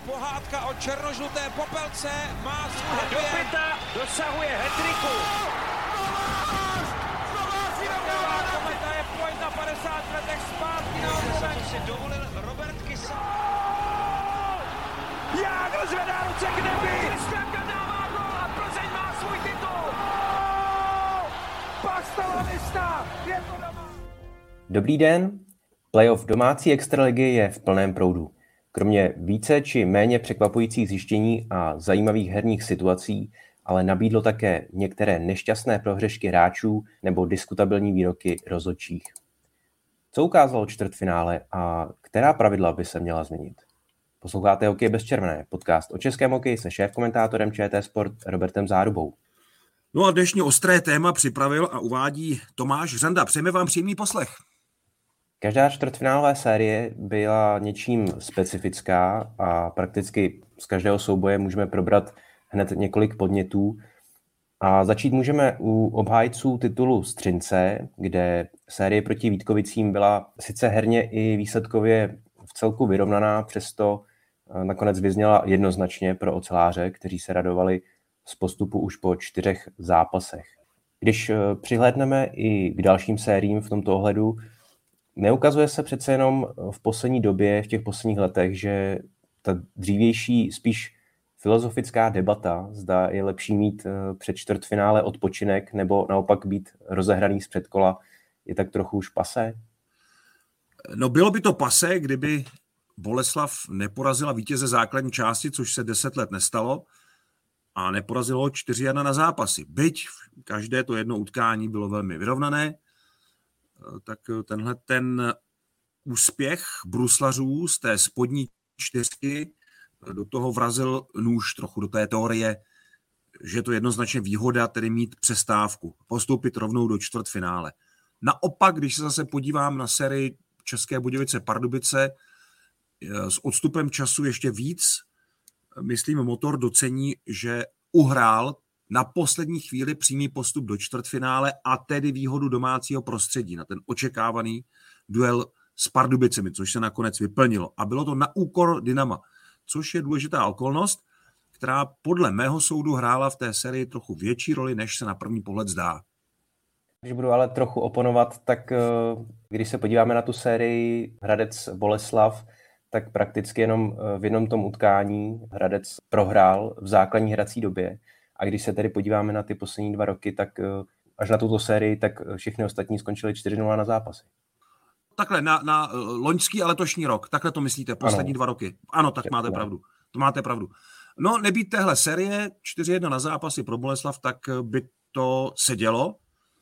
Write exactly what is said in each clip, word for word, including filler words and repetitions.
pohádka o černožluté popelce má svůj happy end. Dopita dosahuje hat-tricku. Kometa je pojď na padesát letech zpátky na obloven. To si dovolil Robert Kysa. Jágr zvedá ruce k nebi. Kristianka dává gól a Plzeň má svůj titul. Pastalanista je to doma. Dobrý den. Playoff domácí extraligy je v plném proudu. Kromě více či méně překvapujících zjištění a zajímavých herních situací, ale nabídlo také některé nešťastné prohřešky hráčů nebo diskutabilní výroky rozhodčích. Co ukázalo čtvrtfinále a která pravidla by se měla změnit? Posloucháte Hokej bez červené, podcast o českém hokeji se šéfkomentátorem ČT Sport Robertem Zárubou. No a dnešní ostré téma připravil a uvádí Tomáš Řanda. Přejeme vám příjemný poslech. Každá čtvrtfinálová série byla něčím specifická a prakticky z každého souboje můžeme probrat hned několik podnětů. A začít můžeme u obhájců titulu Střince, kde série proti Vítkovicím byla sice herně i výsledkově v celku vyrovnaná, přesto nakonec vyzněla jednoznačně pro oceláře, kteří se radovali z postupu už po čtyřech zápasech. Když přihlédneme i k dalším sériím v tomto ohledu, neukazuje se přece jenom v poslední době, v těch posledních letech, že ta dřívější spíš filozofická debata, zda je lepší mít před čtvrtfinále odpočinek nebo naopak být rozehraný z předkola, je tak trochu už pasé? No bylo by to pasé, kdyby Boleslav neporazila vítěze základní části, což se deset let nestalo, a neporazilo čtyři jedna na zápasy. Byť každé to jedno utkání bylo velmi vyrovnané, tak tenhle ten úspěch bruslařů z té spodní čtyřky do toho vrazil nůž trochu do té teorie, že je to jednoznačně výhoda, tedy mít přestávku, postoupit rovnou do čtvrtfinále. Naopak, když se zase podívám na sérii České Budějovice Pardubice, s odstupem času ještě víc, myslím, Motor docení, že uhrál na poslední chvíli přímý postup do čtvrtfinále a tedy výhodu domácího prostředí na ten očekávaný duel s Pardubicemi, což se nakonec vyplnilo. A bylo to na úkor Dynama, což je důležitá okolnost, která podle mého soudu hrála v té sérii trochu větší roli, než se na první pohled zdá. Když budu ale trochu oponovat, tak když se podíváme na tu sérii Hradec Boleslav, tak prakticky jenom v jednom tom utkání Hradec prohrál v základní hrací době. A když se tedy podíváme na ty poslední dva roky, tak až na tuto sérii, tak všechny ostatní skončily čtyři nula na zápasy. Takhle, na, na loňský a letošní rok, takhle to myslíte, poslední ano. dva roky. Ano, tak máte pravdu. To máte pravdu. No, nebýt téhle série čtyři jedna na zápasy pro Boleslav, tak by to se dělo,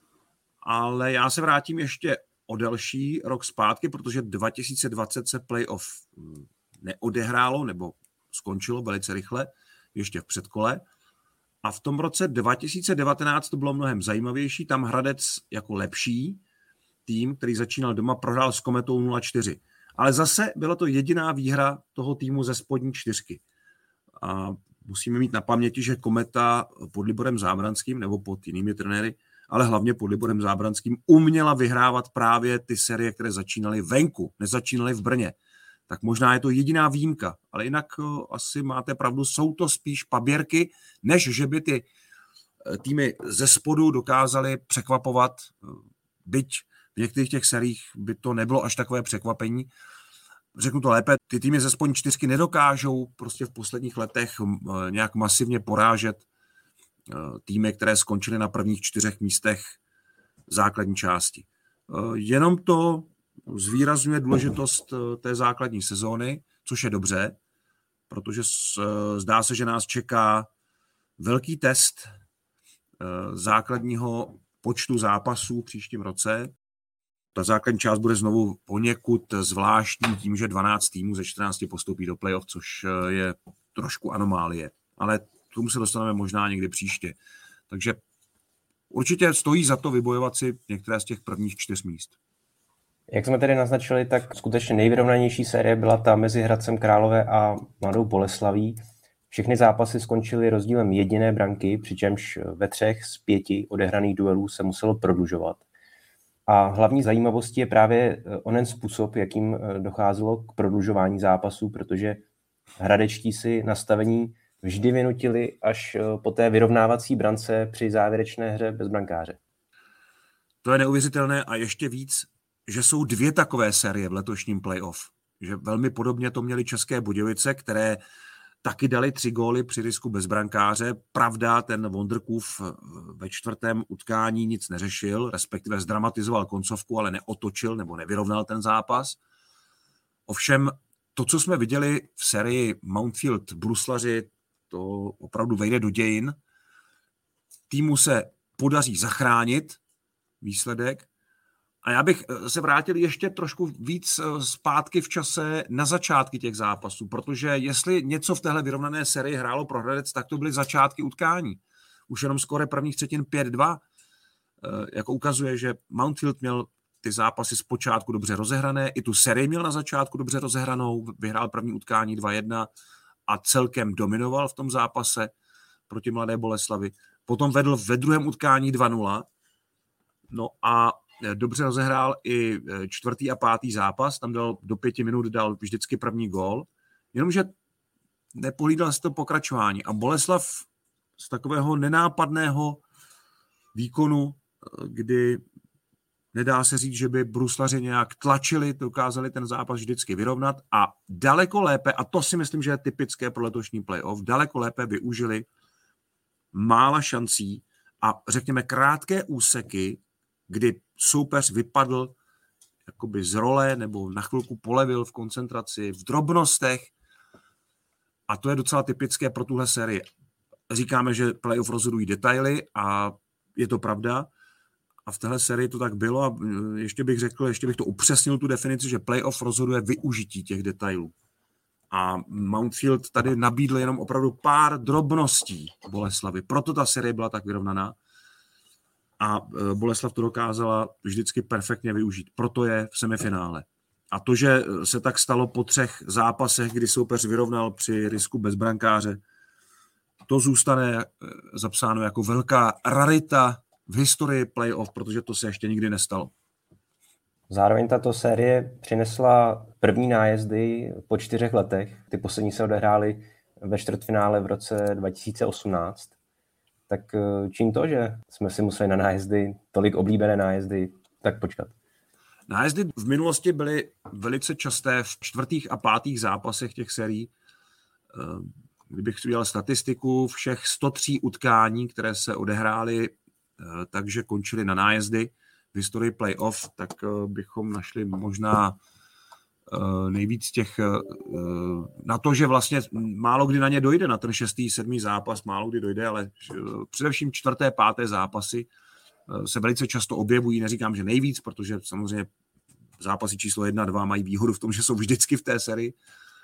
ale já se vrátím ještě o delší rok zpátky, protože dva tisíce dvacet se playoff neodehrálo, nebo skončilo velice rychle, ještě v předkole. A v tom roce dva tisíce devatenáct to bylo mnohem zajímavější. Tam Hradec jako lepší tým, který začínal doma, prohrál s Kometou nula čtyři. Ale zase byla to jediná výhra toho týmu ze spodní čtyřky. A musíme mít na paměti, že Kometa pod Liborem Zábranským nebo pod jinými trenéry, ale hlavně pod Liborem Zábranským, uměla vyhrávat právě ty série, které začínaly venku, nezačínaly v Brně. Tak možná je to jediná výjimka, ale jinak asi máte pravdu, jsou to spíš paběrky, než že by ty týmy ze spodu dokázaly překvapovat, byť v některých těch seriích by to nebylo až takové překvapení. Řeknu to lépe, ty týmy ze spodní čtyřky nedokážou prostě v posledních letech nějak masivně porážet týmy, které skončily na prvních čtyřech místech základní části. Jenom to zvýrazňuje důležitost té základní sezóny, což je dobře, protože zdá se, že nás čeká velký test základního počtu zápasů v příštím roce. Ta základní část bude znovu poněkud zvláštní tím, že dvanáct týmů ze čtrnácti postoupí do playoff, což je trošku anomálie. Ale k tomu se dostaneme možná někdy příště. Takže určitě stojí za to vybojovat si některé z těch prvních čtyř míst. Jak jsme tedy naznačili, tak skutečně nejvyrovnanější série byla ta mezi Hradcem Králové a Mladou Boleslaví. Všechny zápasy skončily rozdílem jediné branky, přičemž ve třech z pěti odehraných duelů se muselo prodlužovat. A hlavní zajímavostí je právě onen způsob, jakým docházelo k prodlužování zápasů, protože hradečtí si nastavení vždy vynutili až po té vyrovnávací brance při závěrečné hře bez brankáře. To je neuvěřitelné a ještě víc, že jsou dvě takové série v letošním playoff. Že velmi podobně to měly České Budějovice, které taky dali tři góly při risku bez brankáře. Pravda, ten Wonderkův ve čtvrtém utkání nic neřešil, respektive zdramatizoval koncovku, ale neotočil nebo nevyrovnal ten zápas. Ovšem, to, co jsme viděli v sérii Mountfield Bruslaři, to opravdu vejde do dějin. Týmu se podaří zachránit výsledek. A já bych se vrátil ještě trošku víc zpátky v čase na začátky těch zápasů, protože jestli něco v téhle vyrovnané sérii hrálo pro Hradec, tak to byly začátky utkání. Už jenom skóre prvních třetin pět dva. Jako ukazuje, že Mountfield měl ty zápasy zpočátku dobře rozehrané, i tu sérii měl na začátku dobře rozehranou, vyhrál první utkání dva jedna a celkem dominoval v tom zápase proti Mladé Boleslavi. Potom vedl ve druhém utkání dva nula, no a dobře rozehrál i čtvrtý a pátý zápas, tam dal do pěti minut dal vždycky první gól, jenomže nepohlídal si to pokračování a Boleslav z takového nenápadného výkonu, kdy nedá se říct, že by bruslaři nějak tlačili, dokázali ten zápas vždycky vyrovnat a daleko lépe, a to si myslím, že je typické pro letošní playoff, daleko lépe využili mála šancí a řekněme krátké úseky, kdy soupeř vypadl jakoby z role nebo na chvilku polevil v koncentraci, v drobnostech a to je docela typické pro tuhle sérii. Říkáme, že playoff rozhodují detaily a je to pravda a v téhle sérii to tak bylo a ještě bych řekl, ještě bych to upřesnil tu definici, že playoff rozhoduje využití těch detailů. A Mountfield tady nabídl jenom opravdu pár drobností Boleslavy, proto ta série byla tak vyrovnaná. A Boleslav to dokázala vždycky perfektně využít. Proto je v semifinále. A to, že se tak stalo po třech zápasech, kdy soupeř vyrovnal při risku bez brankáře, to zůstane zapsáno jako velká rarita v historii playoff, protože to se ještě nikdy nestalo. Zároveň tato série přinesla první nájezdy po čtyřech letech. Ty poslední se odehrály ve čtvrtfinále v roce dva tisíce osmnáct. Tak čím to, že jsme si museli na nájezdy, tolik oblíbené nájezdy, tak počkat? Nájezdy v minulosti byly velice časté v čtvrtých a pátých zápasech těch sérií. Kdybych udělal statistiku všech sto tři utkání, které se odehrály, takže končily na nájezdy v historii playoff, tak bychom našli možná nejvíc těch na to, že vlastně málo kdy na ně dojde, na ten šestý, sedmý zápas málo kdy dojde, ale především čtvrté, páté zápasy se velice často objevují, neříkám, že nejvíc, protože samozřejmě zápasy číslo jedna, dva mají výhodu v tom, že jsou vždycky v té sérii,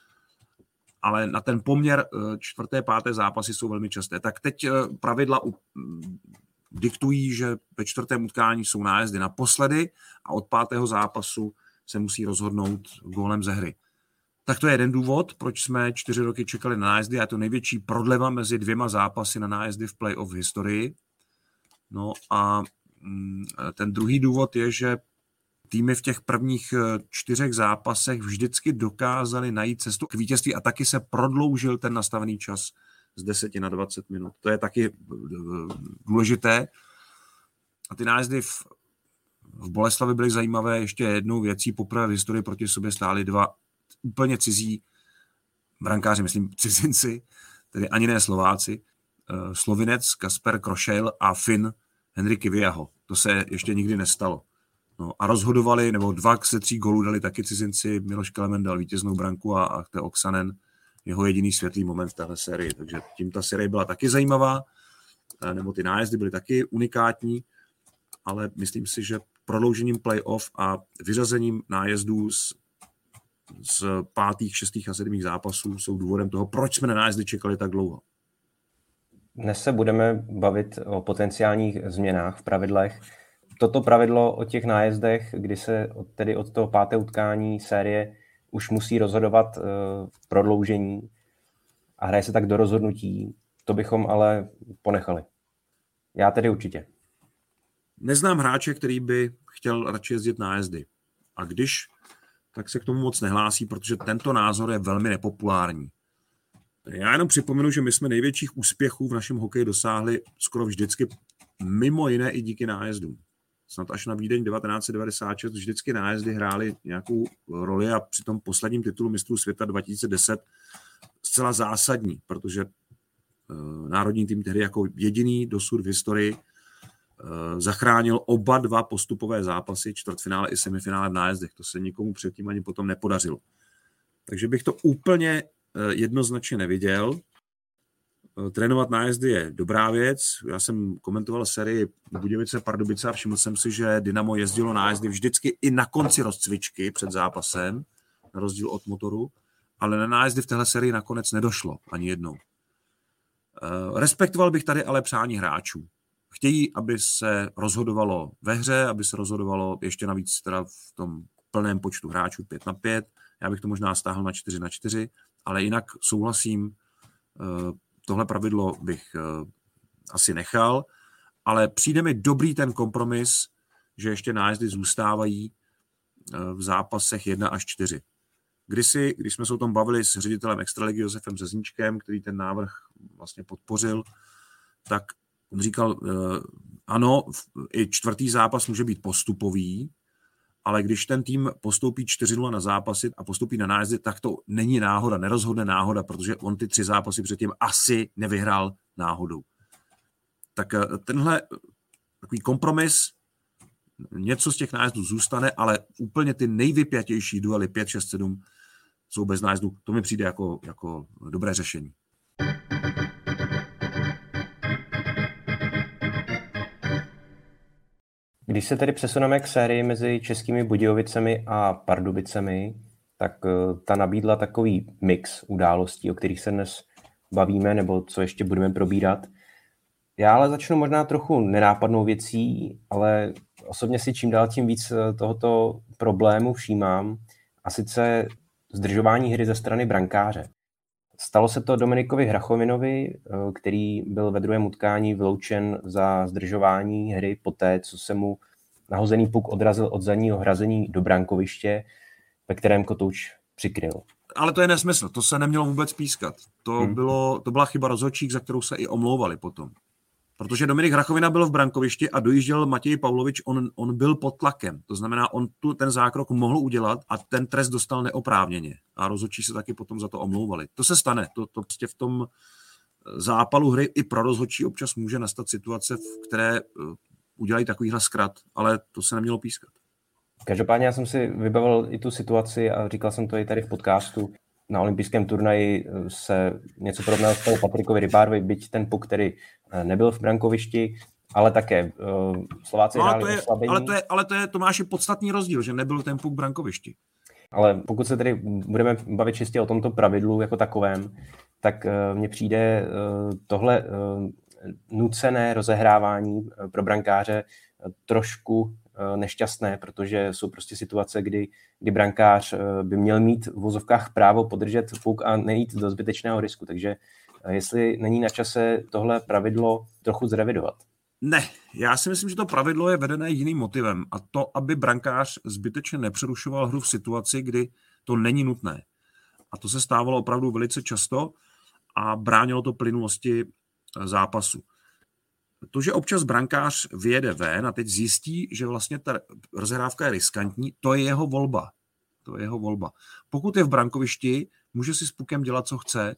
ale na ten poměr čtvrté, páté zápasy jsou velmi časté. Tak teď pravidla diktují, že ve čtvrtém utkání jsou nájezdy naposledy a od pátého zápasu se musí rozhodnout gólem ze hry. Tak to je jeden důvod, proč jsme čtyři roky čekali na nájezdy a je to největší prodleva mezi dvěma zápasy na nájezdy v playoff v historii. No a ten druhý důvod je, že týmy v těch prvních čtyřech zápasech vždycky dokázali najít cestu k vítězství a taky se prodloužil ten nastavený čas z deseti na dvacet minut. To je taky důležité. A ty nájezdy v, v Boleslavi byly zajímavé ještě jednou věcí. Poprvé v historii proti sobě stáli dva úplně cizí brankáři, myslím cizinci, tedy ani ne Slováci. Slovinec Kasper Krošejl a Fin Henriky Viaho. To se ještě nikdy nestalo. No a rozhodovali, nebo dva ze tří gólů dali taky cizinci. Miloš Kelemen dal vítěznou branku a Achte Oksanen jeho jediný světlý moment v téhle sérii. Takže tím ta série byla taky zajímavá, nebo ty nájezdy byly taky unikátní, ale myslím si, že prodloužením playoff a vyřazením nájezdů z, z pátých, šestých a sedmých zápasů jsou důvodem toho, proč jsme na nájezdy čekali tak dlouho. Dnes se budeme bavit o potenciálních změnách v pravidlech. Toto pravidlo o těch nájezdech, kdy se tedy od toho pátého utkání série už musí rozhodovat v prodloužení a hraje se tak do rozhodnutí, to bychom ale ponechali. Já tedy určitě. Neznám hráče, který by chtěl radši jezdit nájezdy. A když, tak se k tomu moc nehlásí, protože tento názor je velmi nepopulární. Já jenom připomenu, že my jsme největších úspěchů v našem hokeji dosáhli skoro vždycky mimo jiné i díky nájezdům. Snad až na Vídeň devatenáct set devadesát šest vždycky nájezdy hrály nějakou roli a při tom posledním titulu mistrů světa dva tisíce deset zcela zásadní, protože uh, národní tým tehdy jako jediný dosud v historii uh, zachránil oba dva postupové zápasy, čtvrtfinále i semifinále v nájezdech. To se nikomu předtím ani potom nepodařilo. Takže bych to úplně uh, jednoznačně neviděl. Trénovat nájezdy je dobrá věc. Já jsem komentoval sérii Budějovice Pardubice a všiml jsem si, že Dynamo jezdilo nájezdy vždycky i na konci rozcvičky před zápasem, na rozdíl od motoru, ale na nájezdy v téhle sérii nakonec nedošlo ani jednou. Respektoval bych tady ale přání hráčů. Chtějí, aby se rozhodovalo ve hře, aby se rozhodovalo ještě navíc teda v tom plném počtu hráčů pět na pět. Já bych to možná stáhl na čtyři na čtyři, ale jinak souhlasím, tohle pravidlo bych uh, asi nechal, ale přijde mi dobrý ten kompromis, že ještě nájezdy zůstávají uh, v zápasech jedna až čtyři. Kdysi, když jsme se o tom bavili s ředitelem Extraligy Josefem Řezničkem, který ten návrh vlastně podpořil, tak on říkal, uh, ano, i čtvrtý zápas může být postupový, ale když ten tým postoupí čtyři nula na zápasy a postoupí na nájezdy, tak to není náhoda, nerozhodne náhoda, protože on ty tři zápasy předtím asi nevyhrál náhodou. Tak tenhle takový kompromis, něco z těch nájezdů zůstane, ale úplně ty nejvypjatější duely pět, šest, sedm jsou bez nájezdů. To mi přijde jako, jako dobré řešení. Když se tedy přesuneme k sérii mezi Českými Budějovicemi a Pardubicemi, tak ta nabídla takový mix událostí, o kterých se dnes bavíme, nebo co ještě budeme probírat. Já ale začnu možná trochu nenápadnou věcí, ale osobně si čím dál tím víc tohoto problému všímám, a sice zdržování hry ze strany brankáře. Stalo se to Dominikovi Hrachovinovi, který byl ve druhém utkání vyloučen za zdržování hry poté, co se mu nahozený puk odrazil od zadního hrazení do brankoviště, ve kterém kotouč přikryl. Ale to je nesmysl, to se nemělo vůbec pískat. To, hmm. bylo, to byla chyba rozhodčích, za kterou se i omlouvali potom. Protože Dominik Hrachovina byl v brankovišti a dojížděl Matěj Pavlovič, on, on byl pod tlakem. To znamená, on tu ten zákrok mohl udělat a ten trest dostal neoprávněně. A rozhodčí se taky potom za to omlouvali. To se stane. To, to prostě v tom zápalu hry i pro rozhodčí občas může nastat situace, v které udělají takovýhle zkrat, ale to se nemělo pískat. Každopádně já jsem si vybavil i tu situaci a říkal jsem to i tady v podcastu. Na olympijském turnaji se něco podobného stalo Patrikovi Rybárovi, byť ten puk, který nebyl v brankovišti, ale také uh, Slováci no, hráli oslabení. Ale to je, ale to je, Tomáš, je podstatný rozdíl, že nebyl ten puk v brankovišti. Ale pokud se tedy budeme bavit čistě o tomto pravidlu jako takovém, tak uh, mně přijde uh, tohle uh, nucené rozehrávání uh, pro brankáře uh, trošku uh, nešťastné, protože jsou prostě situace, kdy, kdy brankář uh, by měl mít v vozovkách právo podržet puk a nejít do zbytečného risku. Takže uh, jestli není na čase tohle pravidlo trochu zrevidovat. Ne, já si myslím, že to pravidlo je vedené jiným motivem a to, aby brankář zbytečně nepřerušoval hru v situaci, kdy to není nutné. A to se stávalo opravdu velice často a bránilo to plynulosti zápasu. To, že občas brankář vyjede ven a teď zjistí, že vlastně ta rozehrávka je riskantní, to je jeho volba. To je jeho volba. Pokud je v brankovišti, může si s pukem dělat, co chce,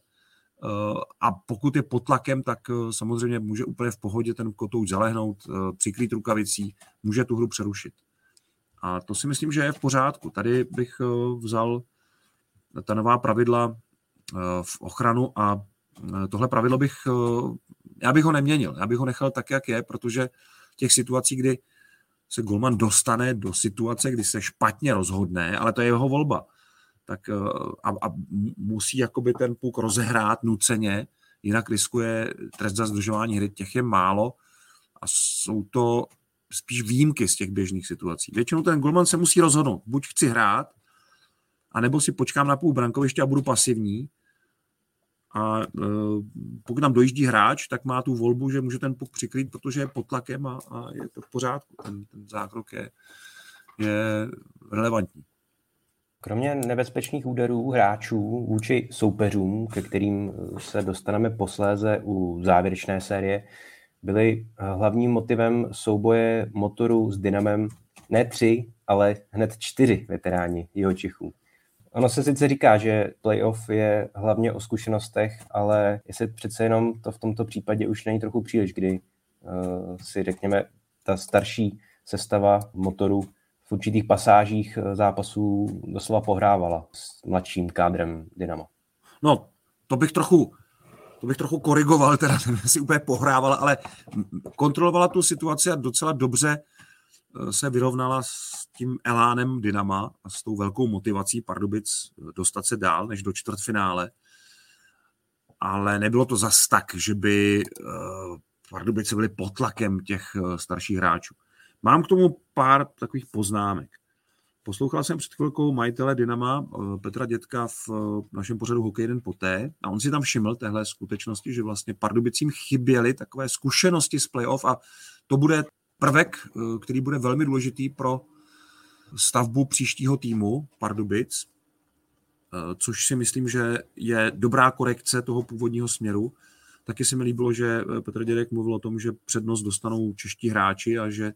a pokud je pod tlakem, tak samozřejmě může úplně v pohodě ten kotouč zalehnout, přikrýt rukavicí, může tu hru přerušit. A to si myslím, že je v pořádku. Tady bych vzal ta nová pravidla v ochranu a tohle pravidlo bych, já bych ho neměnil, já bych ho nechal tak, jak je, protože těch situací, kdy se golman dostane do situace, kdy se špatně rozhodne, ale to je jeho volba, tak a, a musí jakoby ten puk rozehrát nuceně, jinak riskuje trest za zdržování hry, těch je málo a jsou to spíš výjimky z těch běžných situací. Většinou ten golman se musí rozhodnout, buď chci hrát, anebo si počkám na půl brankoviště a budu pasivní. A e, pokud tam dojíždí hráč, tak má tu volbu, že může ten puk přikrýt, protože je pod tlakem a, a je to v pořádku. Ten, ten zákrok je, je relevantní. Kromě nebezpečných úderů hráčů vůči soupeřům, ke kterým se dostaneme posléze u závěrečné série, byly hlavním motivem souboje Motoru s Dynamem ne tři, ale hned čtyři veteráni Jihočechů. Ono se sice říká, že playoff je hlavně o zkušenostech, ale jestli přece jenom to v tomto případě už není trochu příliš, kdy uh, si řekněme ta starší sestava Motoru v určitých pasážích zápasů doslova pohrávala s mladším kádrem Dynama. No, to bych trochu, to bych trochu korigoval, teda si úplně pohrávala, ale kontrolovala tu situaci a docela dobře se vyrovnala s tím elánem Dynama a s tou velkou motivací Pardubic dostat se dál než do čtvrtfinále. Ale nebylo to zas tak, že by Pardubice byly pod tlakem těch starších hráčů. Mám k tomu pár takových poznámek. Poslouchal jsem před chvilkou majitele Dynama Petra Dětka v našem pořadu Hokej den poté a on si tam všiml téhle skutečnosti, že vlastně Pardubicím chyběly takové zkušenosti z playoff a to bude prvek, který bude velmi důležitý pro stavbu příštího týmu Pardubic, což si myslím, že je dobrá korekce toho původního směru. Taky se mi líbilo, že Petr Dědek mluvil o tom, že přednost dostanou čeští hráči a že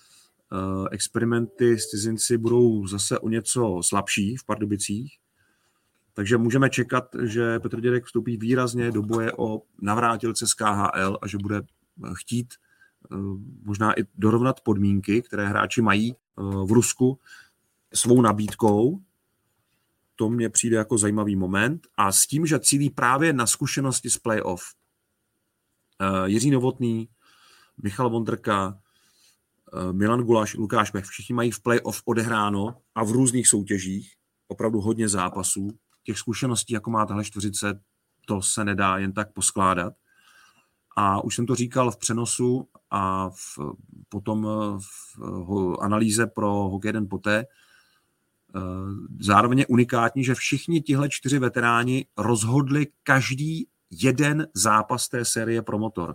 experimenty s cizinci budou zase o něco slabší v Pardubicích. Takže můžeme čekat, že Petr Dědek vstoupí výrazně do boje o navrátilce z K H L a že bude chtít možná i dorovnat podmínky, které hráči mají v Rusku svou nabídkou. To mně přijde jako zajímavý moment. A s tím, že cílí právě na zkušenosti z playoff. Jiří Novotný, Michal Vondrka, Milan Gulaš, Lukáš Pech, všichni mají v playoff odehráno a v různých soutěžích opravdu hodně zápasů. Těch zkušeností, jako má tahle čtveřice, to se nedá jen tak poskládat. A už jsem to říkal v přenosu a v, potom v analýze pro Hokej den poté. Zároveň je unikátní, že všichni tihle čtyři veteráni rozhodli každý jeden zápas té série pro Motor.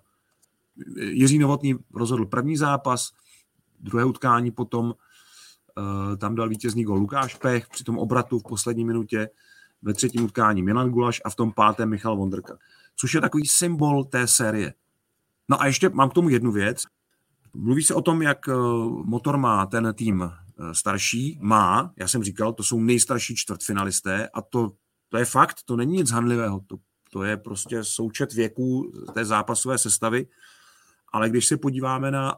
Jiří Novotný rozhodl první zápas, druhé utkání potom tam dal vítězný gól Lukáš Pech při tom obratu v poslední minutě, ve třetím utkání Milan Gulaš a v tom pátém Michal Vondrka. Což je takový symbol té série. No a ještě mám k tomu jednu věc. Mluví se o tom, jak Motor má ten tým starší. Má, já jsem říkal, to jsou nejstarší čtvrtfinalisté a to, to je fakt, to není nic hanlivého. To, to je prostě součet věků té zápasové sestavy. Ale když se podíváme na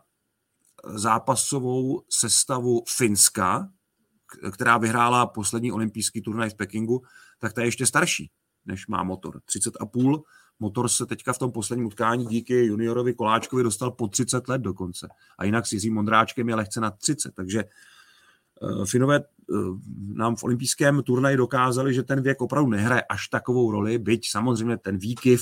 zápasovou sestavu Finska, která vyhrála poslední olympijský turnaj v Pekingu, tak ta je ještě starší, než má Motor. třicet a půl. Motor se teďka v tom posledním utkání díky juniorovi Koláčkovi dostal po třicet let dokonce. A jinak s Jiřím Mondráčkem je lehce na třicet. Takže uh, Finové uh, nám v olympijském turnaji dokázali, že ten věk opravdu nehraje až takovou roli, byť samozřejmě ten výkyv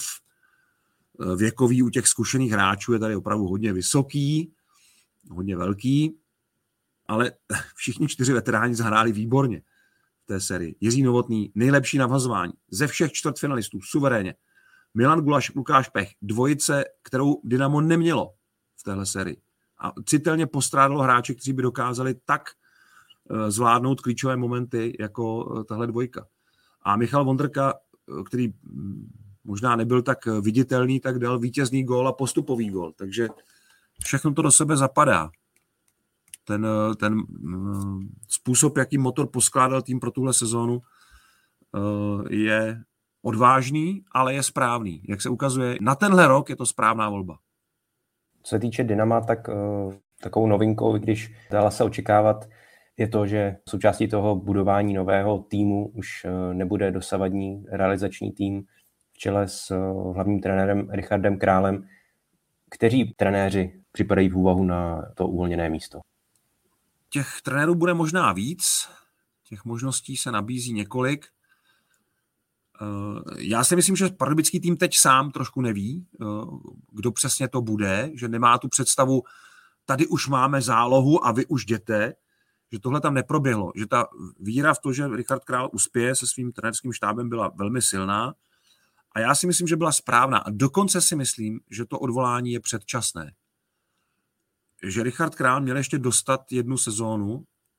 uh, věkový u těch zkušených hráčů je tady opravdu hodně vysoký, hodně velký, ale všichni čtyři veteráni zahráli výborně v té sérii. Jiří Novotný, nejlepší navazování ze všech čtvrtfinalistů, suverénně. Milan Gulaš, Lukáš Pech, dvojice, kterou Dynamo nemělo v téhle sérii. A citelně postrádalo hráče, kteří by dokázali tak zvládnout klíčové momenty jako tahle dvojka. A Michal Vondrka, který možná nebyl tak viditelný, tak dal vítězný gól a postupový gól. Takže všechno to do sebe zapadá. Ten, ten způsob, jaký Motor poskládal tým pro tuhle sezónu, je odvážný, ale je správný. Jak se ukazuje, na tenhle rok je to správná volba. Co se týče Dynama, tak uh, takovou novinkou, když dala se očekávat, je to, že součástí toho budování nového týmu už uh, nebude dosavadní realizační tým v čele s uh, hlavním trenérem Richardem Králem. Kteří trenéři připadají v úvahu na to uvolněné místo? Těch trenérů bude možná víc, těch možností se nabízí několik. Já si myslím, že pardubický tým teď sám trošku neví, kdo přesně to bude, že nemá tu představu, tady už máme zálohu a vy už jděte, že tohle tam neproběhlo, že ta víra v to, že Richard Král uspěje se svým trenérským štábem, byla velmi silná a já si myslím, že byla správná a dokonce si myslím, že to odvolání je předčasné. Že Richard Král měl ještě dostat jednu sezónu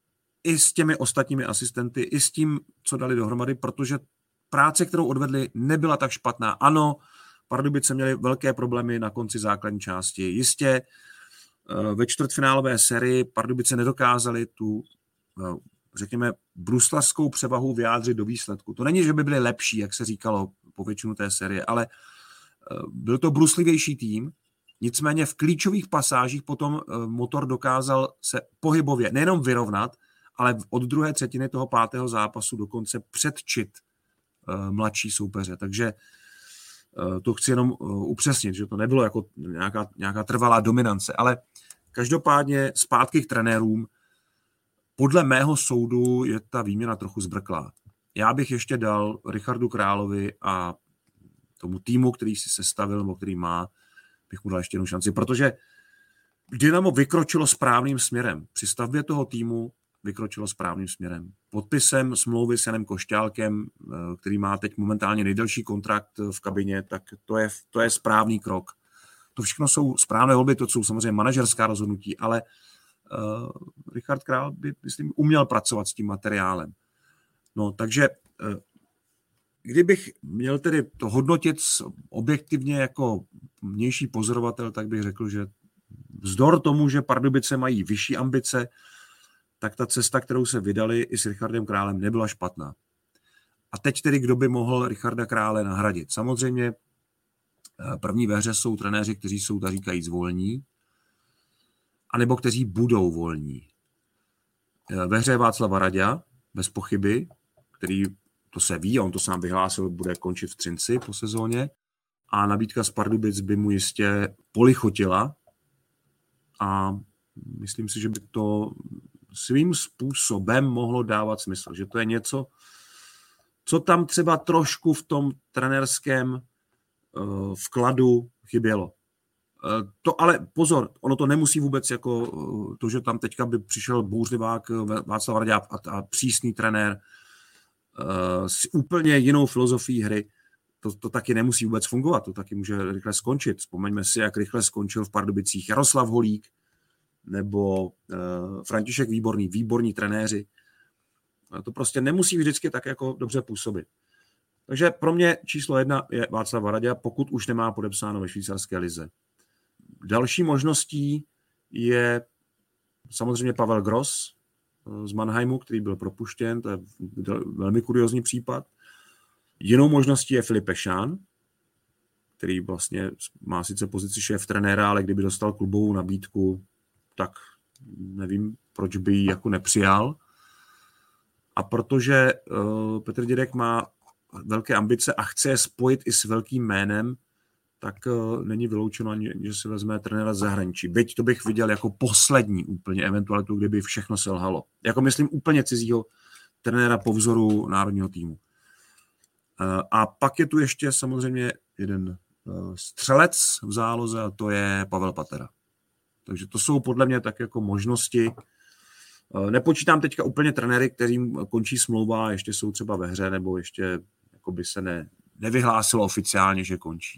i s těmi ostatními asistenty, i s tím, co dali dohromady, protože práce, kterou odvedli, nebyla tak špatná. Ano, Pardubice měli velké problémy na konci základní části. Jistě ve čtvrtfinálové sérii Pardubice nedokázali tu, řekněme, bruslařskou převahu vyjádřit do výsledku. To není, že by byli lepší, jak se říkalo po většinu té série, ale byl to bruslivější tým, nicméně v klíčových pasážích potom Motor dokázal se pohybově nejenom vyrovnat, ale od druhé třetiny toho pátého zápasu dokonce předčit mladší soupeře. Takže to chci jenom upřesnit, že to nebylo jako nějaká, nějaká trvalá dominance, ale každopádně zpátky k trenérům. Podle mého soudu je ta výměna trochu zbrklá. Já bych ještě dal Richardu Královi a tomu týmu, který si sestavil, nebo který má, bych mu dal ještě jednu šanci, protože Dynamo vykročilo správným směrem. Při stavbě toho týmu vykročilo správným směrem. Podpisem smlouvy s Janem Košťálkem, který má teď momentálně nejdelší kontrakt v kabině, tak to je, to je správný krok. To všechno jsou správné volby, to jsou samozřejmě manažerská rozhodnutí, ale uh, Richard Král by, myslím, uměl pracovat s tím materiálem. No, takže uh, kdybych měl tedy to hodnotit objektivně jako vnější pozorovatel, tak bych řekl, že vzdor tomu, že Pardubice mají vyšší ambice, tak ta cesta, kterou se vydali i s Richardem Králem, nebyla špatná. A teď tedy, kdo by mohl Richarda Krále nahradit? Samozřejmě první ve hře jsou trenéři, kteří jsou, tak říkajíc, volní, anebo kteří budou volní. Ve hře je Václav Raďa, bez pochyby, který, to se ví, on to sám vyhlásil, bude končit v Třinci po sezóně, a nabídka z Pardubic by mu jistě polichotila a myslím si, že by to svým způsobem mohlo dávat smysl, že to je něco, co tam třeba trošku v tom trenérském uh, vkladu chybělo. Uh, to ale pozor, ono to nemusí vůbec jako uh, to, že tam teďka by přišel bouřlivák Václav Raďa a, a přísný trenér uh, s úplně jinou filozofií hry, to, to taky nemusí vůbec fungovat, to taky může rychle skončit. Vzpomeňme si, jak rychle skončil v Pardubicích Jaroslav Holík nebo uh, František Výborný, výborní trenéři. To prostě nemusí vždycky tak jako dobře působit. Takže pro mě číslo jedna je Václav Raďa, pokud už nemá podepsáno ve švýcarské lize. Další možností je samozřejmě Pavel Gross z Mannheimu, který byl propuštěn, to je velmi kuriózní případ. Jinou možností je Filip Pešán, který vlastně má sice pozici šéf trenéra, ale kdyby dostal klubovou nabídku, tak nevím, proč by ji jako nepřijal. A protože uh, Petr Dědek má velké ambice a chce je spojit i s velkým jménem, tak uh, není vyloučeno ani, že se vezme trenéra z zahraničí. Byť to bych viděl jako poslední úplně eventualitu, kdyby všechno selhalo. Jako myslím úplně cizího trenéra po vzoru národního týmu. Uh, a pak je tu ještě samozřejmě jeden uh, střelec v záloze a to je Pavel Patera. Takže to jsou podle mě tak jako možnosti. Nepočítám teďka úplně trenéry, kterým končí smlouva a ještě jsou třeba ve hře, nebo ještě jako by se ne, nevyhlásilo oficiálně, že končí.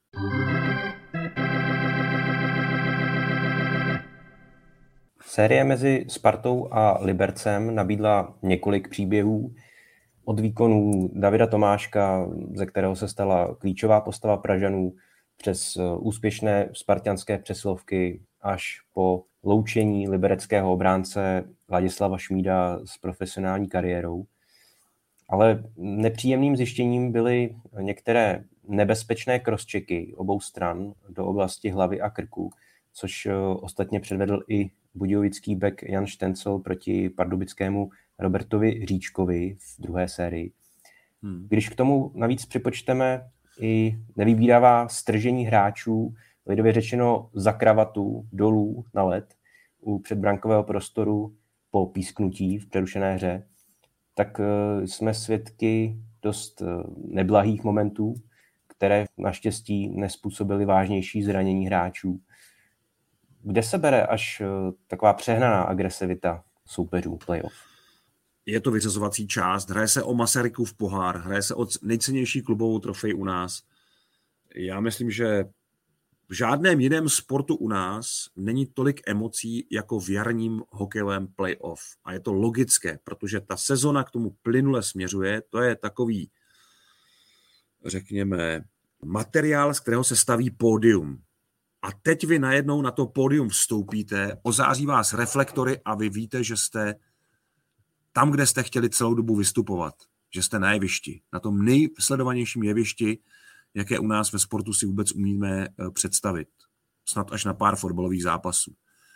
Série mezi Spartou a Libercem nabídla několik příběhů. Od výkonů Davida Tomáška, ze kterého se stala klíčová postava Pražanů, přes úspěšné spartianské přesilovky až po loučení libereckého obránce Ladislava Šmída s profesionální kariérou. Ale nepříjemným zjištěním byly některé nebezpečné crosschecky obou stran do oblasti hlavy a krku, což ostatně předvedl i budějovický bek Jan Štencel proti pardubickému Robertovi Říčkovi v druhé sérii. Hmm. Když k tomu navíc připočteme i nevybíravá stržení hráčů, lidově řečeno za kravatu dolů na led u předbrankového prostoru po písknutí v přerušené hře, tak jsme svědky dost neblahých momentů, které naštěstí nezpůsobily vážnější zranění hráčů. Kde se bere až taková přehnaná agresivita soupeřů playoff? Je to vyřazovací část, hraje se o Masarykův pohár, hraje se o nejcennější klubovou trofej u nás. Já myslím, že v žádném jiném sportu u nás není tolik emocí jako v jarním hokejovém playoff. A je to logické, protože ta sezona k tomu plynule směřuje. To je takový, řekněme, materiál, z kterého se staví pódium. A teď vy najednou na to pódium vstoupíte, ozáří vás reflektory a vy víte, že jste tam, kde jste chtěli celou dobu vystupovat. Že jste na jevišti, na tom nejsledovanějším jevišti, jaké u nás ve sportu si vůbec umíme představit. Snad až na pár fotbalových zápasů.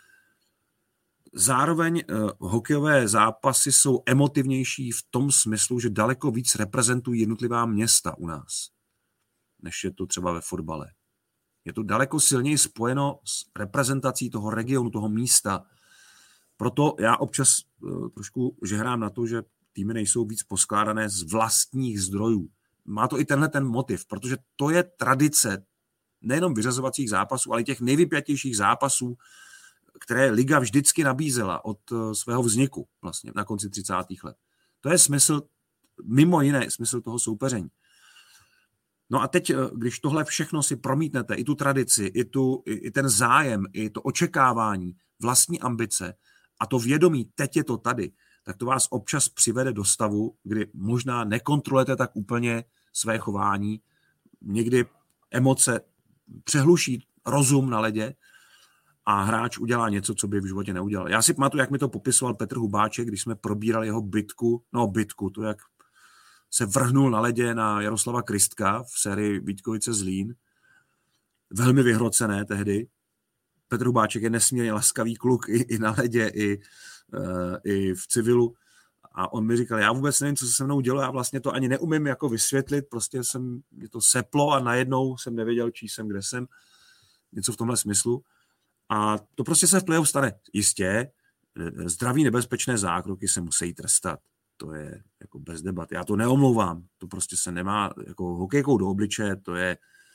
Zároveň uh, hokejové zápasy jsou emotivnější v tom smyslu, že daleko víc reprezentují jednotlivá města u nás, než je to třeba ve fotbale. Je to daleko silněji spojeno s reprezentací toho regionu, toho místa. Proto já občas uh, trošku žehrám na to, že týmy nejsou víc poskládané z vlastních zdrojů. Má to i tenhle ten motiv, protože to je tradice nejenom vyřazovacích zápasů, ale i těch nejvypjatějších zápasů, které liga vždycky nabízela od svého vzniku vlastně na konci třicátých let. To je smysl, mimo jiné smysl toho soupeření. No a teď, když tohle všechno si promítnete, i tu tradici, i, tu, i ten zájem, i to očekávání, vlastní ambice a to vědomí, teď je to tady, tak to vás občas přivede do stavu, kdy možná nekontrolujete tak úplně své chování, někdy emoce přehluší rozum na ledě a hráč udělá něco, co by v životě neudělal. Já si pamatuju, jak mi to popisoval Petr Hubáček, když jsme probírali jeho bitku, no bitku, to jak se vrhnul na ledě na Jaroslava Kristka v sérii Vítkovice Zlín. Velmi vyhrocené tehdy. Petr Hubáček je nesmírně laskavý kluk i, i na ledě, i, uh, i v civilu. A on mi říkal, já vůbec nevím, co se se mnou dělo, já vlastně to ani neumím jako vysvětlit, prostě jsem, mě to seplo a najednou jsem nevěděl, čí jsem, kde jsem. Něco v tomhle smyslu. A to prostě se v playoff stane. Jistě, zdraví nebezpečné zákroky se musí trestat. To je jako bez debat. Já to neomlouvám. To prostě se nemá jako hokejkou do obličeje, to je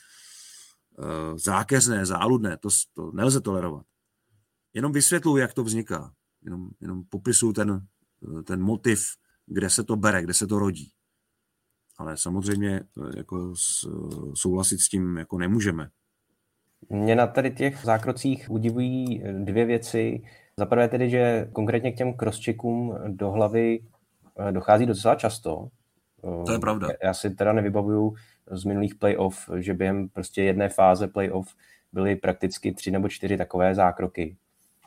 uh, zákeřné, záludné. To, to nelze tolerovat. Jenom vysvětluji, jak to vzniká. Jenom, jenom popisuju ten, ten motiv, kde se to bere, kde se to rodí. Ale samozřejmě jako s, souhlasit s tím jako nemůžeme. Mě na tady těch zákrocích udivují dvě věci. Za prvé tedy, že konkrétně k těm crosscheckům do hlavy dochází docela často. To je pravda. Já si teda nevybavuju z minulých playoff, že během prostě jedné fáze playoff byly prakticky tři nebo čtyři takové zákroky.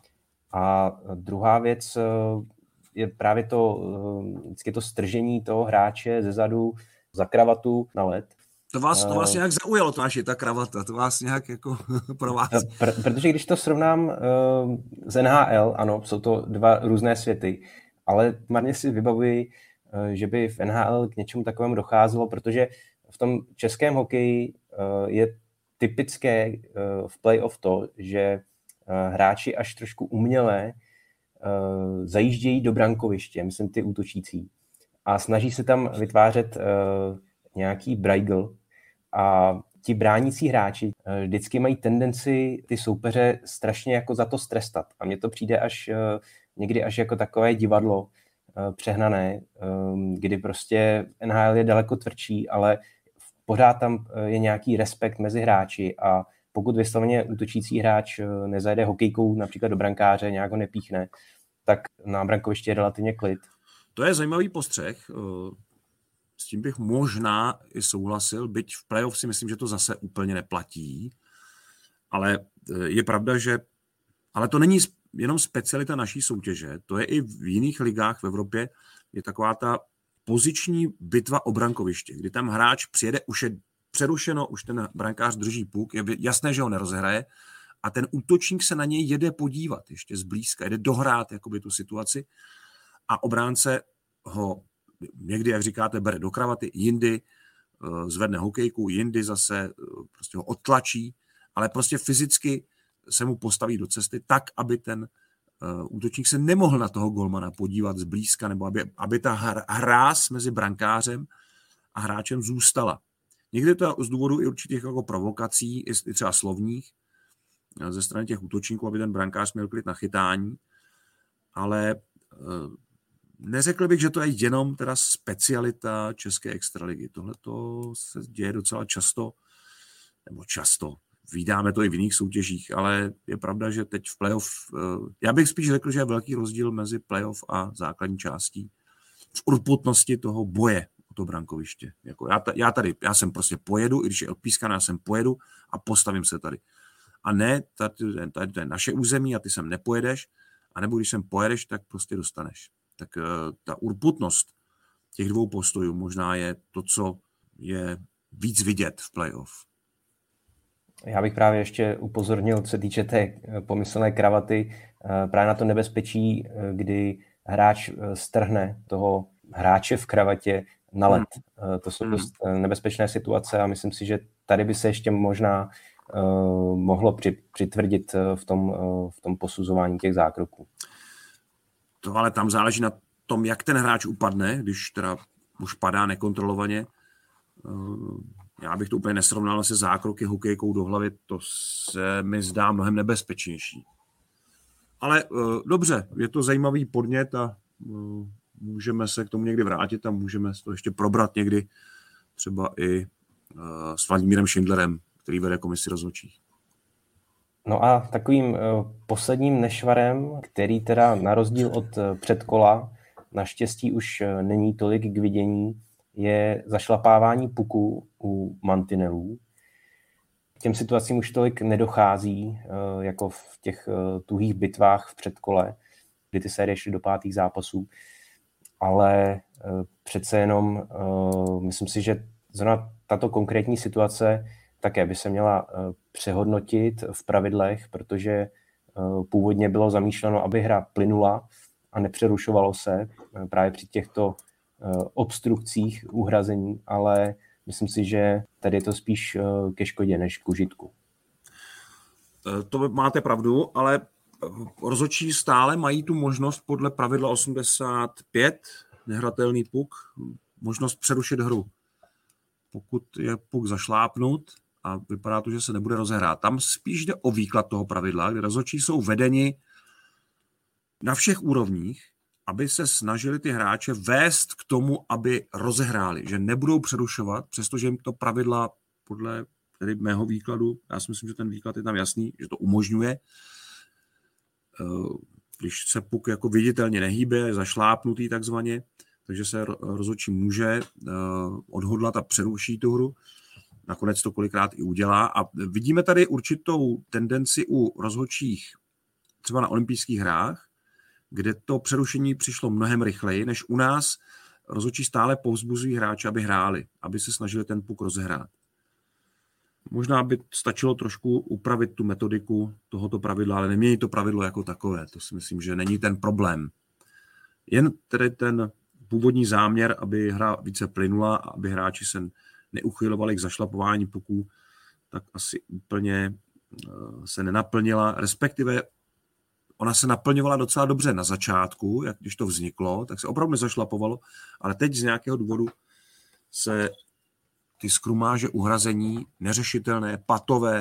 A druhá věc je právě to, vždycky to stržení toho hráče zezadu za kravatu na led. To vás, to vás nějak zaujalo, to naši, ta kravata, to vás nějak jako pro vás. Pr- protože když to srovnám uh, z N H L, ano, jsou to dva různé světy, ale marně si vybavuji, uh, že by v N H L k něčemu takovému docházelo, protože v tom českém hokeji uh, je typické uh, v playoff to, že uh, hráči až trošku uměle uh, zajíždějí do brankoviště, myslím ty útočící, a snaží se tam vytvářet uh, nějaký brajgl a ti bránící hráči vždycky mají tendenci ty soupeře strašně jako za to strestat. A mně to přijde až někdy až jako takové divadlo přehnané, kdy prostě N H L je daleko tvrdší, ale pořád tam je nějaký respekt mezi hráči a pokud vysloveně útočící hráč nezajede hokejkou například do brankáře, nějak ho nepíchne, tak na brankovišti je relativně klid. To je zajímavý postřeh. S tím bych možná i souhlasil, byť v playoff si myslím, že to zase úplně neplatí, ale je pravda, že ale to není jenom specialita naší soutěže, to je i v jiných ligách v Evropě, je taková ta poziční bitva o brankoviště, kdy tam hráč přijede, už je přerušeno, už ten brankář drží puk, je jasné, že ho nerozehraje a ten útočník se na něj jede podívat ještě zblízka, jede dohrát jakoby tu situaci a obránce ho někdy, jak říkáte, bere do kravaty, jindy zvedne hokejku, jindy zase prostě ho odtlačí, ale prostě fyzicky se mu postaví do cesty tak, aby ten útočník se nemohl na toho golmana podívat zblízka, nebo aby, aby ta hráz mezi brankářem a hráčem zůstala. Někdy to z důvodu i určitých jako provokací, i třeba slovních, ze strany těch útočníků, aby ten brankář měl klid na chytání, ale neřekl bych, že to je jenom teda specialita české extraligy. Tohle to se děje docela často, nebo často, Vídáme to i v jiných soutěžích, ale je pravda, že teď v playoff, já bych spíš řekl, že je velký rozdíl mezi playoff a základní částí v urputnosti toho boje o to brankoviště. Jako já, já tady, já jsem prostě pojedu, i když je odpískaná, já jsem pojedu a postavím se tady. A ne, tady, tady to je naše území a ty sem nepojedeš, anebo když sem pojedeš, tak prostě dostaneš. Tak ta urputnost těch dvou postojů možná je to, co je víc vidět v playoff. Já bych právě ještě upozornil, co se týče té pomyslné kravaty, právě na to nebezpečí, kdy hráč strhne toho hráče v kravatě na led. Hmm. To jsou hmm. dost nebezpečné situace a myslím si, že tady by se ještě možná uh, mohlo při, přitvrdit v tom, uh, v tom posuzování těch zákroků. To ale tam záleží na tom, jak ten hráč upadne, když teda už padá nekontrolovaně. Uh, Já bych to úplně nesrovnal se zákroky hokejkou do hlavy, to se mi zdá mnohem nebezpečnější. Ale uh, dobře, je to zajímavý podnět a uh, můžeme se k tomu někdy vrátit a můžeme to ještě probrat někdy třeba i uh, s Vladimírem Šindlerem, který vede komisi rozhodčích. No a takovým uh, posledním nešvarem, který teda na rozdíl od uh, předkola naštěstí už uh, není tolik k vidění, je zašlapávání puku u mantinelů. K těm situacím už tolik nedochází, jako v těch tuhých bitvách v předkole, kdy ty série šly do pátých zápasů. Ale přece jenom myslím si, že zrovna tato konkrétní situace také by se měla přehodnotit v pravidlech, protože původně bylo zamýšleno, aby hra plynula a nepřerušovalo se právě při těchto obstrukcích uhrazení, ale myslím si, že tady je to spíš ke škodě než k užitku. To máte pravdu, ale rozhodčí stále mají tu možnost podle pravidla osmdesát pět, nehratelný puk, možnost přerušit hru. Pokud je puk zašlápnut a vypadá to, že se nebude rozehrát. Tam spíš jde o výklad toho pravidla, kde rozhodčí jsou vedeni na všech úrovních, aby se snažili ty hráče vést k tomu, aby rozehráli, že nebudou přerušovat, přestože jim to pravidla podle tedy mého výkladu, já si myslím, že ten výklad je tam jasný, že to umožňuje, když se puk jako viditelně nehýbe, je zašlápnutý takzvaně, takže se rozhodčí může odhodlat a přeruší tu hru. Nakonec to kolikrát i udělá. A vidíme tady určitou tendenci u rozhodčích třeba na olympijských hrách, kde to přerušení přišlo mnohem rychleji, než u nás rozhodčí stále povzbuzují hráče, aby hráli, aby se snažili ten puk rozehrát. Možná by stačilo trošku upravit tu metodiku tohoto pravidla, ale nemění to pravidlo jako takové. To si myslím, že není ten problém. Jen tedy ten původní záměr, aby hra více plynula a aby hráči se neuchylovali k zašlapování puků, tak asi úplně se nenaplnila, respektive ona se naplňovala docela dobře na začátku, jak když to vzniklo, tak se opravdu nezašlapovalo, ale teď z nějakého důvodu se ty skrumáže uhrazení, neřešitelné, patové,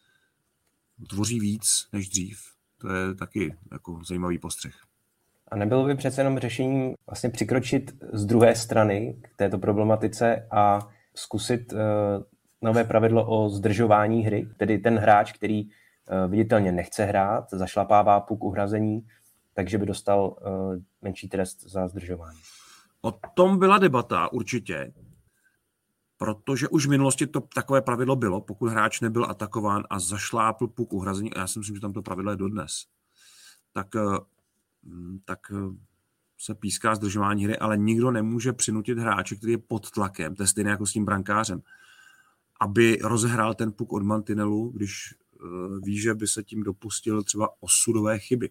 tvoří víc než dřív. To je taky jako zajímavý postřeh. A nebylo by přece jenom řešením vlastně přikročit z druhé strany k této problematice a zkusit uh, nové pravidlo o zdržování hry, tedy ten hráč, který uh, viditelně nechce hrát, zašlapává puk uhrazení, takže by dostal uh, menší trest za zdržování. O tom byla debata určitě, protože už v minulosti to takové pravidlo bylo, pokud hráč nebyl atakován a zašlápl puk uhrazení, a já si myslím, že tam to pravidlo je dodnes, tak, tak se píská zdržování hry, ale nikdo nemůže přinutit hráče, který je pod tlakem, to je stejné jako s tím brankářem, aby rozehrál ten puk od mantinelu, když ví, že by se tím dopustil třeba osudové chyby.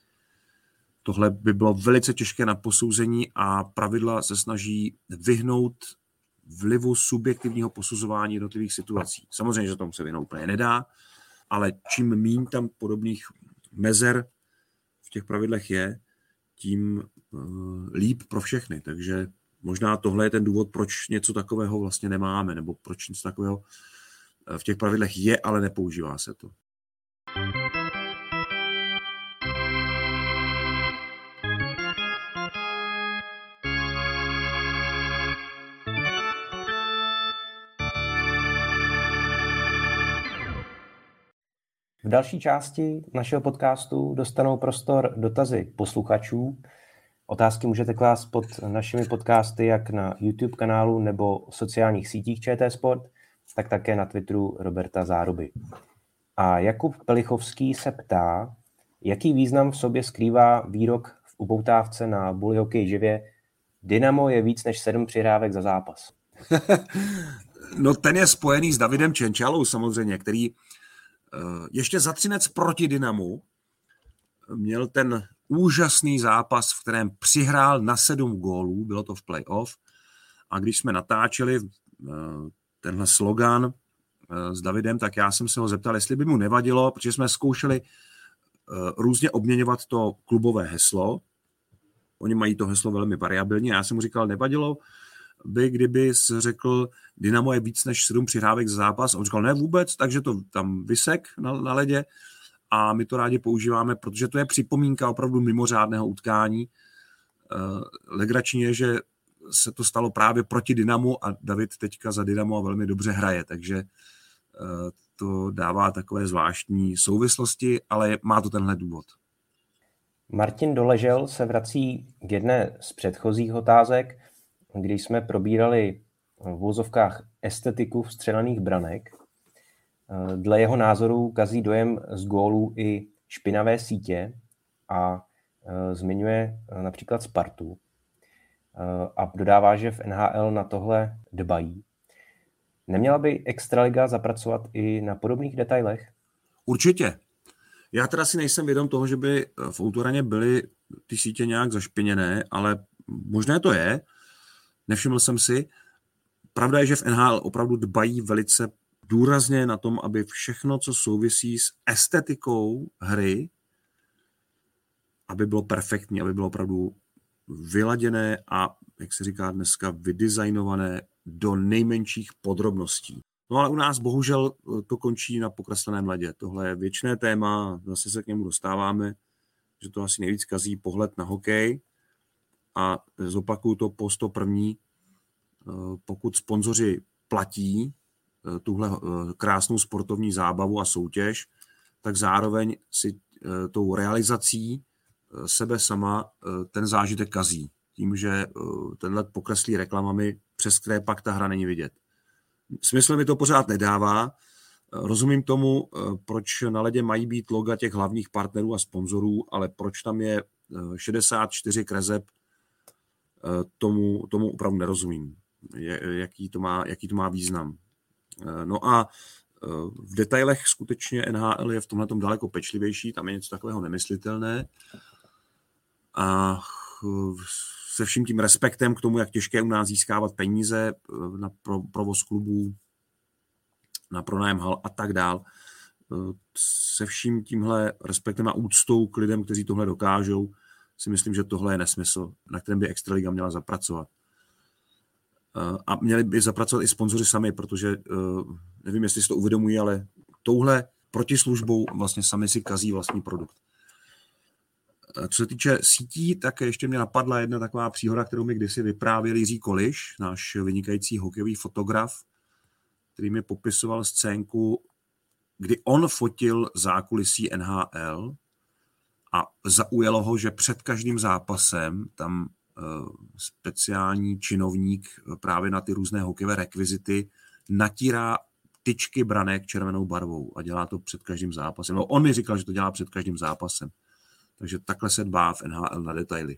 Tohle by bylo velice těžké na posouzení a pravidla se snaží vyhnout vlivu subjektivního posuzování jednotlivých situací. Samozřejmě, že tomu se vyhnout úplně nedá, ale čím míň tam podobných mezer v těch pravidlech je, tím uh, líp pro všechny. Takže možná tohle je ten důvod, proč něco takového vlastně nemáme, nebo proč něco takového v těch pravidlech je, ale nepoužívá se to. V další části našeho podcastu dostanou prostor dotazy posluchačů. Otázky můžete klást pod našimi podcasty jak na YouTube kanálu nebo sociálních sítích ČT Sport, tak také na Twitteru Roberta Záruby. A Jakub Pelichovský se ptá, jaký význam v sobě skrývá výrok v upoutávce na Bully Hokej živě: Dynamo je víc než sedm přihrávek za zápas. No ten je spojený s Davidem Čenčalou samozřejmě, který ještě za Třinec proti Dynamu měl ten úžasný zápas, v kterém přihrál na sedm gólů, bylo to v playoff. A když jsme natáčeli tenhle slogan s Davidem, tak já jsem se ho zeptal, jestli by mu nevadilo, protože jsme zkoušeli různě obměňovat to klubové heslo. Oni mají to heslo velmi variabilní. Já jsem mu říkal, nevadilo by, kdyby jsi řekl, Dynamo je víc než sedm přihrávek za zápas. A on říkal, ne vůbec, takže to tam vysek na, na ledě a my to rádi používáme, protože to je připomínka opravdu mimořádného utkání. Legrační je, že se to stalo právě proti Dynamu a David teďka za Dynamo velmi dobře hraje, takže to dává takové zvláštní souvislosti, ale má to tenhle důvod. Martin Doležel se vrací k jedné z předchozích otázek, kdy jsme probírali v vozovkách estetiku vstřelených branek. Dle jeho názoru kazí dojem z gólů i špinavé sítě a zmiňuje například Spartu. A dodává, že v N H L na tohle dbají. Neměla by Extraliga zapracovat i na podobných detailech? Určitě. Já teda si nejsem vědom toho, že by v Autoraně byly ty sítě nějak zašpiněné, ale možné to je. Nevšiml jsem si. Pravda je, že v N H L opravdu dbají velice důrazně na tom, aby všechno, co souvisí s estetikou hry, aby bylo perfektní, aby bylo opravdu vyladěné a, jak se říká dneska, vydesignované do nejmenších podrobností. No ale u nás bohužel to končí na pokresleném ledě. Tohle je věčné téma, zase se k němu dostáváme, že to asi nejvíc kazí pohled na hokej. A zopakuju to po sto první, pokud sponzoři platí tuhle krásnou sportovní zábavu a soutěž, tak zároveň si tou realizací sebe sama ten zážitek kazí. Tím, že tenhle pokreslí reklamami, přes které pak ta hra není vidět. Smysl mi to pořád nedává. Rozumím tomu, proč na ledě mají být loga těch hlavních partnerů a sponzorů, ale proč tam je šedesát čtyři kreseb, tomu, tomu opravdu nerozumím. Jaký to má, jaký to má význam. No a v detailech skutečně N H L je v tomhletom daleko pečlivější, tam je něco takového nemyslitelné. A se vším tím respektem k tomu, jak těžké u nás získávat peníze na provoz klubů, na pronájem hal a tak dál. Se vším tímhle respektem a úctou k lidem, kteří tohle dokážou, si myslím, že tohle je nesmysl, na kterém by Extraliga měla zapracovat. A měli by zapracovat i sponzoři sami, protože nevím, jestli si to uvědomují, ale touhle protislužbou vlastně sami si kazí vlastní produkt. Co se týče sítí, tak ještě mě napadla jedna taková příhoda, kterou mi kdysi vyprávěl Jiří Koliš, náš vynikající hokejový fotograf, který mi popisoval scénku, kdy on fotil zákulisí N H L a zaujalo ho, že před každým zápasem tam speciální činovník právě na ty různé hokejové rekvizity natírá tyčky branek červenou barvou a dělá to před každým zápasem. No, on mi říkal, že to dělá před každým zápasem. Takže takhle se dbá v N H L na detaily.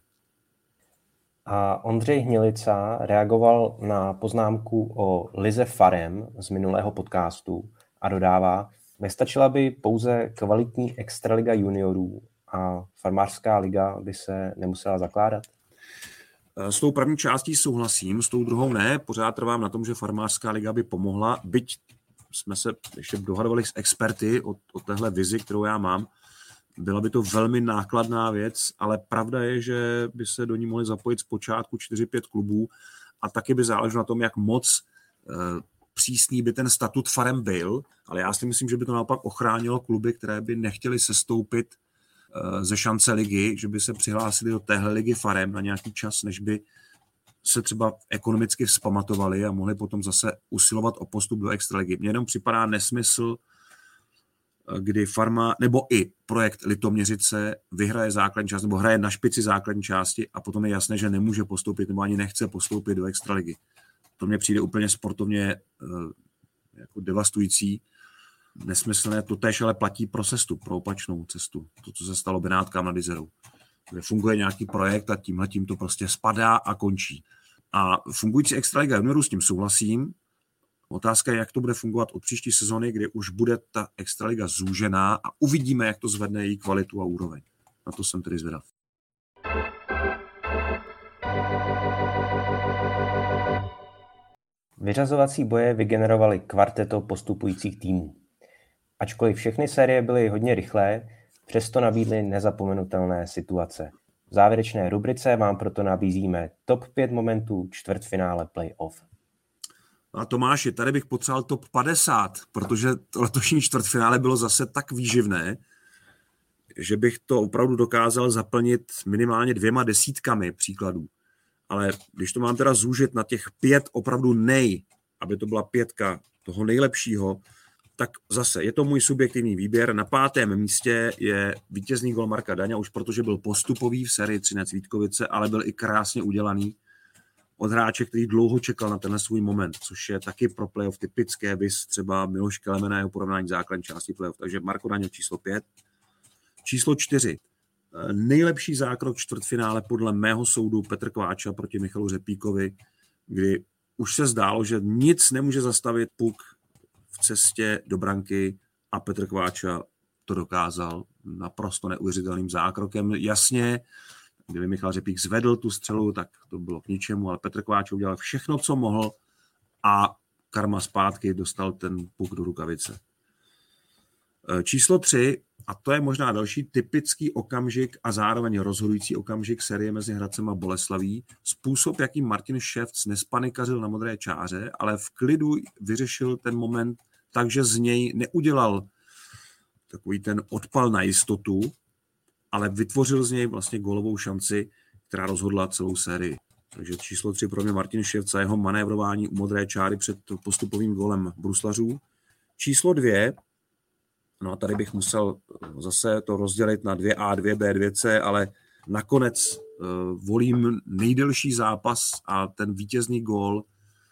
A Ondřej Hnilica reagoval na poznámku o Lize farem z minulého podcastu a dodává, nestačila by pouze kvalitní extraliga juniorů a farmářská liga by se nemusela zakládat? S tou první částí souhlasím, s tou druhou ne. Pořád trvám na tom, že farmářská liga by pomohla, byť jsme se ještě dohadovali s experty o, o téhle vizi, kterou já mám. Byla by to velmi nákladná věc, ale pravda je, že by se do ní mohli zapojit zpočátku čtyři pět klubů a taky by záleželo na tom, jak moc e, přísný by ten statut farem byl, ale já si myslím, že by to naopak ochránilo kluby, které by nechtěly sestoupit e, ze šance ligy, že by se přihlásili do téhle ligy farem na nějaký čas, než by se třeba ekonomicky vzpamatovali a mohli potom zase usilovat o postup do extraligy. Mně jenom připadá nesmysl kdy Farma nebo i projekt Litoměřice vyhraje základní část nebo hraje na špici základní části a potom je jasné, že nemůže postoupit nebo ani nechce postoupit do extraligy. To mně přijde úplně sportovně jako devastující, nesmyslné. To též ale platí pro cestu, pro opačnou cestu. To, co se stalo Benátkám nad Izerou. Kde funguje nějaký projekt a tímhle tím to prostě spadá a končí. A fungující extraliga juniorů, s tím souhlasím. Otázka je, jak to bude fungovat od příští sezony, kdy už bude ta extraliga zúžená a uvidíme, jak to zvedne její kvalitu a úroveň. Na to jsem tedy zvědav. Vyřazovací boje vygenerovaly kvarteto postupujících týmů. Ačkoliv všechny série byly hodně rychlé, přesto nabídly nezapomenutelné situace. V závěrečné rubrice vám proto nabízíme top pět momentů čtvrtfinále playoff. A Tomáši, tady bych potřeboval top padesát, protože letošní čtvrtfinále bylo zase tak výživné, že bych to opravdu dokázal zaplnit minimálně dvěma desítkami příkladů. Ale když to mám teda zúžit na těch pět opravdu nej, aby to byla pětka toho nejlepšího, tak zase je to můj subjektivní výběr. Na pátém místě je vítězný gol Marka Daňa, už protože byl postupový v sérii Třinec Vítkovice, ale byl i krásně udělaný od hráče, který dlouho čekal na tenhle svůj moment, což je taky pro playoff typické, bys třeba Miloš Kelemena jeho porovnání základní části playoff. Takže Marko Daňa číslo pět. Číslo čtyři. Nejlepší zákrok čtvrtfinále podle mého soudu Petr Kváča proti Michalu Řepíkovi, kdy už se zdálo, že nic nemůže zastavit puk v cestě do branky a Petr Kváča to dokázal naprosto neuvěřitelným zákrokem. Jasně, kdyby Michal Řepík zvedl tu střelu, tak to bylo k ničemu, ale Petr Kváča udělal všechno, co mohl a karma zpátky dostal ten puk do rukavice. Číslo tři, a to je možná další typický okamžik a zároveň rozhodující okamžik série mezi Hradcem a Boleslaví, způsob, jakým Martin Ševc nespanikařil na modré čáře, ale v klidu vyřešil ten moment tak, že z něj neudělal takový ten odpal na jistotu, ale vytvořil z něj vlastně gólovou šanci, která rozhodla celou sérii. Takže číslo tři pro mě Martin Ševc a jeho manévrování u modré čáry před postupovým gólem bruslařů. Číslo dvě, no a tady bych musel zase to rozdělit na dvě A, dvě B, dvě C, ale nakonec uh, volím nejdelší zápas a ten vítězný gól.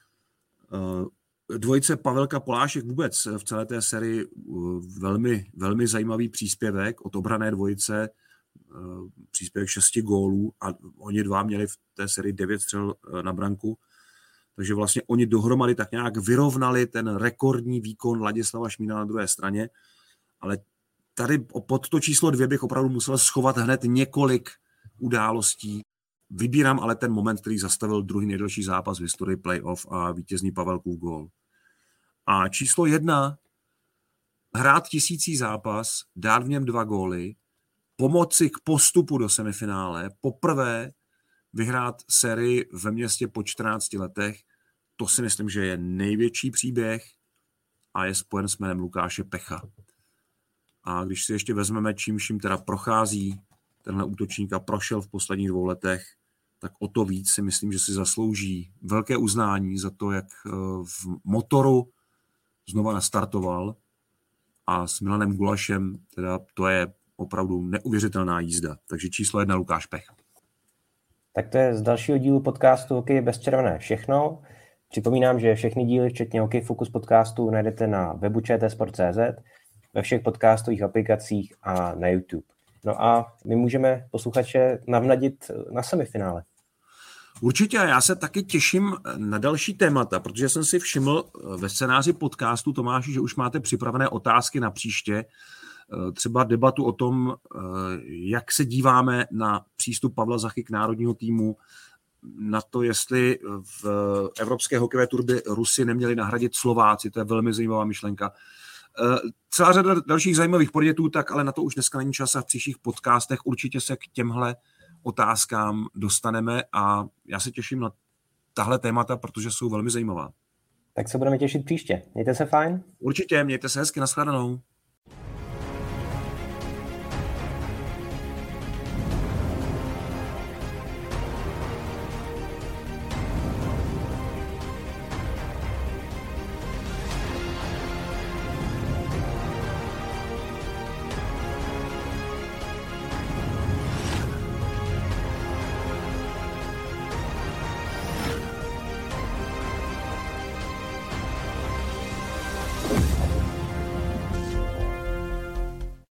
Uh, dvojice Pavelka Polášek vůbec v celé té sérii uh, velmi, velmi zajímavý příspěvek od obrané dvojice, uh, příspěvek šesti gólů a oni dva měli v té sérii devět střel uh, na branku. Takže vlastně oni dohromady tak nějak vyrovnali ten rekordní výkon Ladislava Šmína na druhé straně. Ale tady pod to číslo dvě bych opravdu musel schovat hned několik událostí. Vybírám ale ten moment, který zastavil druhý nejdelší zápas v historii playoff a vítězný Pavelkův gól. A číslo jedna, hrát tisící zápas, dát v něm dva góly, pomoci k postupu do semifinále, poprvé vyhrát sérii ve Městě po čtrnácti letech, to si myslím, že je největší příběh a je spojen s jménem Lukáše Pecha. A když si ještě vezmeme, čím vším teda prochází tenhle útočník a prošel v posledních dvou letech, tak o to víc si myslím, že si zaslouží velké uznání za to, jak v motoru znova nastartoval a s Milanem Gulašem teda to je opravdu neuvěřitelná jízda. Takže číslo jedna Lukáš Pech. Tak to je z dalšího dílu podcastu Hokej bez červené všechno. Připomínám, že všechny díly, včetně Hokej Focus podcastu, najdete na webu č t sport tečka c z, ve všech podcastových aplikacích a na YouTube. No a my můžeme posluchače navnadit na semifinále. Určitě, já se taky těším na další témata, protože jsem si všiml ve scénáři podcastu, Tomáši, že už máte připravené otázky na příště, třeba debatu o tom, jak se díváme na přístup Pavla Zachy k národního týmu, na to, jestli v Evropské hokejové tur by Rusy neměli nahradit Slováci, to je velmi zajímavá myšlenka. Celá řada dalších zajímavých podnětů, tak ale na to už dneska není čas a v příštích podcastech určitě se k těmhle otázkám dostaneme a já se těším na tahle témata, protože jsou velmi zajímavá. Tak se budeme těšit příště. Mějte se fajn. Určitě, mějte se hezky, nashledanou.